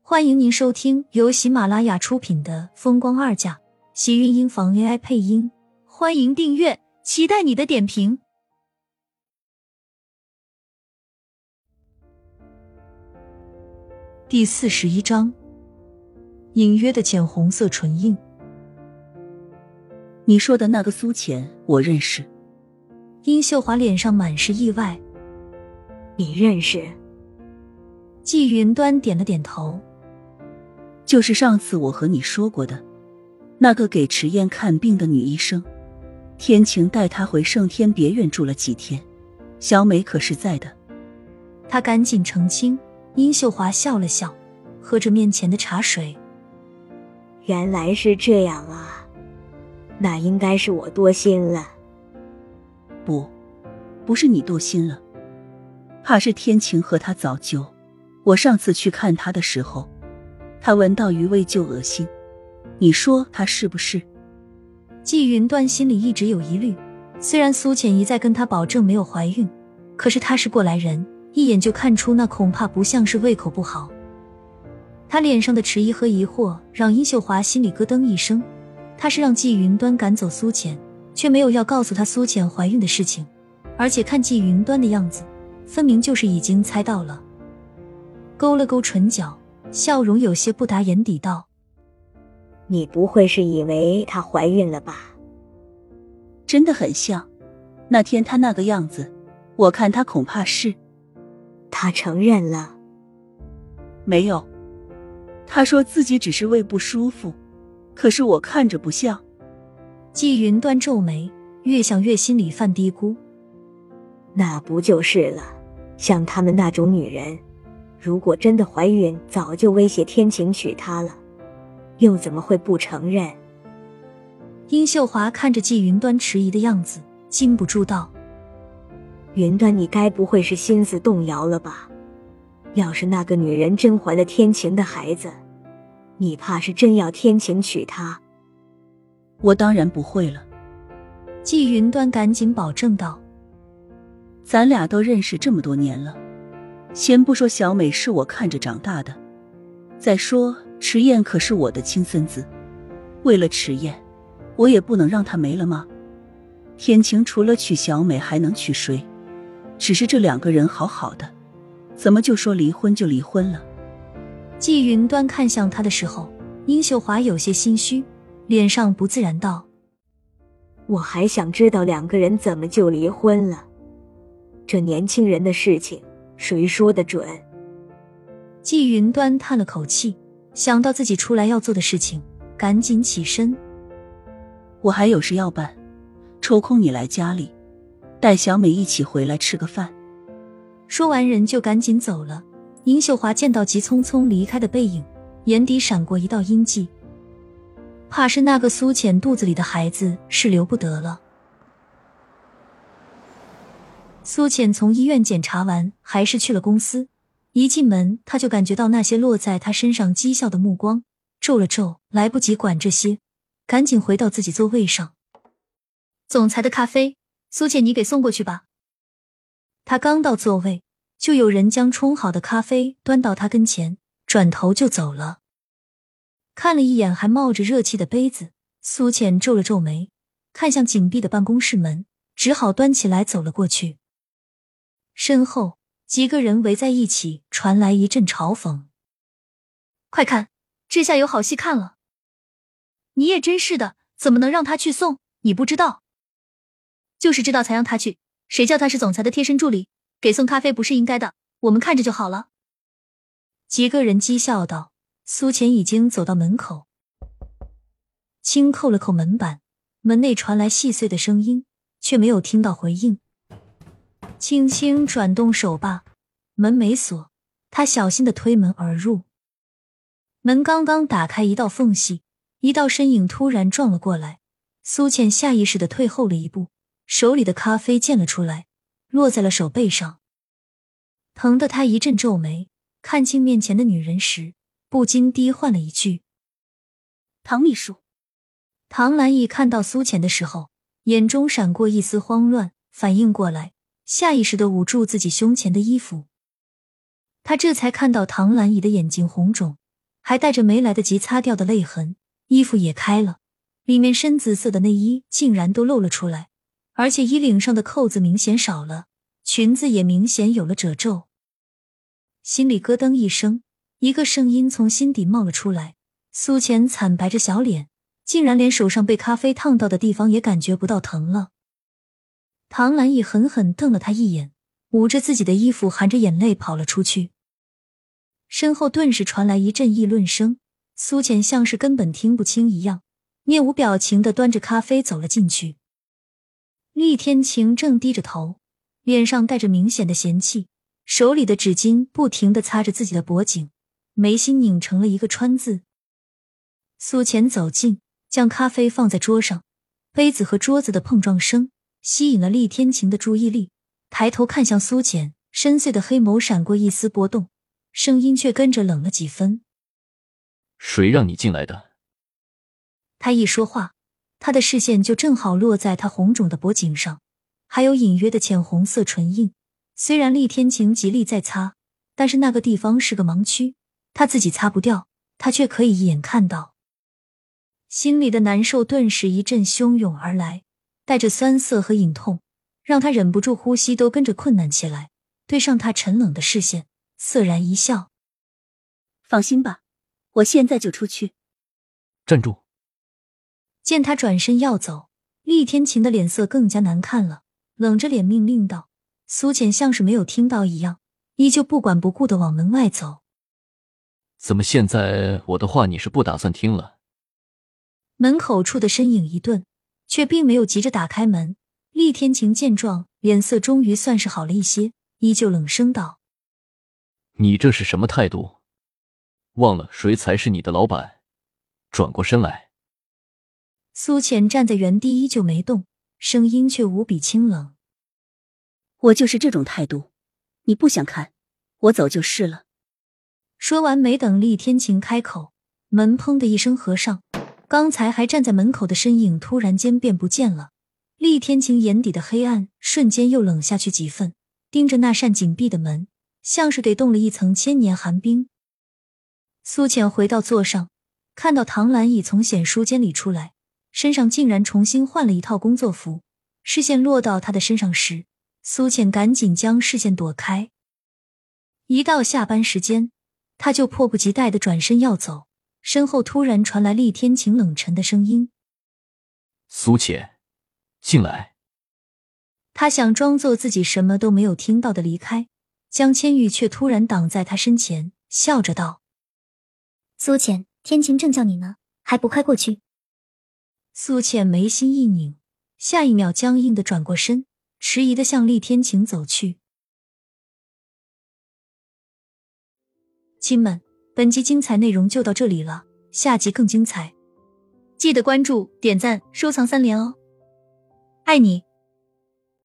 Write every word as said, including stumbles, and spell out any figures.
欢迎您收听由喜马拉雅出品的《风光二嫁》，喜运音房 A I 配音。欢迎订阅，期待你的点评。第四十一章，隐约的浅红色唇印。 你说的那个苏浅，我认识。 殷秀华脸上满是意外。 你认识？ 季云端点了点头。 就是上次我和你说过的，那个给迟燕看病的女医生，天晴带她回圣天别院住了几天，小美可是在的。 他赶紧澄清。殷秀华笑了笑，喝着面前的茶水。 原来是这样啊，那应该是我多心了。 不，不是你多心了，怕是天晴和他早就。我上次去看他的时候，他闻到余味就恶心，你说他是不是？ 季云端心里一直有疑虑，虽然苏浅一再跟他保证没有怀孕，可是他是过来人，一眼就看出那恐怕不像是胃口不好。他脸上的迟疑和疑惑让殷秀华心里咯噔一声，他是让季云端赶走苏浅，却没有要告诉他苏浅怀孕的事情，而且看季云端的样子，分明就是已经猜到了。勾了勾唇角，笑容有些不达眼底道： 你不会是以为她怀孕了吧？ 真的很像，那天她那个样子，我看她恐怕是。 她承认了？ 没有，她说自己只是胃不舒服，可是我看着不像。 季云端皱眉，越想越心里犯嘀咕。 那不就是了，像他们那种女人，如果真的怀孕，早就威胁天晴娶她了，又怎么会不承认？ 殷秀华看着季云端迟疑的样子，禁不住道： 云端，你该不会是心思动摇了吧？要是那个女人真怀了天晴的孩子，你怕是真要天晴娶她？ 我当然不会了。 季云端赶紧保证道： 咱俩都认识这么多年了，先不说小美是我看着长大的，再说迟燕可是我的亲孙子，为了迟燕，我也不能让她没了吗？天晴除了娶小美还能娶谁？只是这两个人好好的，怎么就说离婚就离婚了？ 季云端看向他的时候，殷秀华有些心虚，脸上不自然道： 我还想知道两个人怎么就离婚了，这年轻人的事情谁说得准？ 季云端叹了口气，想到自己出来要做的事情，赶紧起身。 我还有事要办，抽空你来家里，带小美一起回来吃个饭。 说完人就赶紧走了。殷秀华见到急匆匆离开的背影，眼底闪过一道阴悸，怕是那个苏浅肚子里的孩子是留不得了。苏浅从医院检查完，还是去了公司。一进门，他就感觉到那些落在他身上讥笑的目光，皱了皱，来不及管这些，赶紧回到自己座位上。总裁的咖啡，苏浅你给送过去吧。他刚到座位，就有人将冲好的咖啡端到他跟前，转头就走了。看了一眼还冒着热气的杯子，苏浅皱了皱眉，看向紧闭的办公室门，只好端起来走了过去。身后几个人围在一起，传来一阵嘲讽：快看，这下有好戏看了。你也真是的，怎么能让他去送？你不知道？就是知道才让他去，谁叫他是总裁的贴身助理，给送咖啡不是应该的，我们看着就好了。几个人讥笑道。苏浅已经走到门口，轻扣了扣门板，门内传来细碎的声音，却没有听到回应。轻轻转动手把，门没锁，他小心地推门而入。门刚刚打开一道缝隙，一道身影突然撞了过来，苏浅下意识地退后了一步，手里的咖啡溅了出来，落在了手背上。疼得他一阵皱眉，看清面前的女人时，不禁低唤了一句：唐秘书。唐兰一看到苏浅的时候，眼中闪过一丝慌乱，反应过来，下意识地捂住自己胸前的衣服。他这才看到唐兰姨的眼睛红肿， 还带着没来得及擦掉的泪痕，衣服也开了，里面深紫色的内衣竟然都露了出来，而且衣领上的扣子明显少了，裙子也明显有了褶皱。心里咯噔一声，一个声音从心底冒了出来，苏浅惨白着小脸，竟然连手上被咖啡烫到的地方也感觉不到疼了。唐兰亦狠狠瞪了他一眼，捂着自己的衣服含着眼泪跑了出去。身后顿时传来一阵议论声，苏浅像是根本听不清一样，面无表情地端着咖啡走了进去。厉天晴正低着头，脸上带着明显的嫌弃，手里的纸巾不停地擦着自己的脖颈，眉心拧成了一个川字。苏浅走近，将咖啡放在桌上，杯子和桌子的碰撞声吸引了厉天晴的注意力，抬头看向苏浅，深邃的黑眸闪过一丝波动，声音却跟着冷了几分。 谁让你进来的？ 他一说话，他的视线就正好落在他红肿的脖颈上，还有隐约的浅红色唇印。虽然厉天晴极力在擦，但是那个地方是个盲区，他自己擦不掉，他却可以一眼看到。心里的难受顿时一阵汹涌而来，带着酸涩和隐痛，让他忍不住呼吸都跟着困难起来，对上他沉冷的视线，涩然一笑。 放心吧，我现在就出去。 站住！ 见他转身要走，厉天晴的脸色更加难看了，冷着脸命令道。苏浅像是没有听到一样，依旧不管不顾地往门外走。 怎么现在我的话你是不打算听了？ 门口处的身影一顿，却并没有急着打开门。厉天晴见状，脸色终于算是好了一些，依旧冷声道： 你这是什么态度？忘了谁才是你的老板？转过身来。 苏浅站在原地依旧没动，声音却无比清冷。 我就是这种态度，你不想看，我走就是了。 说完没等厉天晴开口，门砰的一声合上，刚才还站在门口的身影突然间便不见了。厉天晴眼底的黑暗瞬间又冷下去几分，盯着那扇紧闭的门，像是给冻了一层千年寒冰。苏浅回到座上，看到唐兰已从显书间里出来，身上竟然重新换了一套工作服，视线落到他的身上时，苏浅赶紧将视线躲开。一到下班时间，他就迫不及待地转身要走，身后突然传来厉天晴冷沉的声音： 苏浅，进来。 他想装作自己什么都没有听到的离开，江千玉却突然挡在他身前，笑着道： 苏浅，天晴正叫你呢，还不快过去。 苏浅眉心一拧，下一秒僵硬地转过身，迟疑地向厉天晴走去。亲们，本集精彩内容就到这里了，下集更精彩，记得关注、点赞、收藏三连哦，爱你。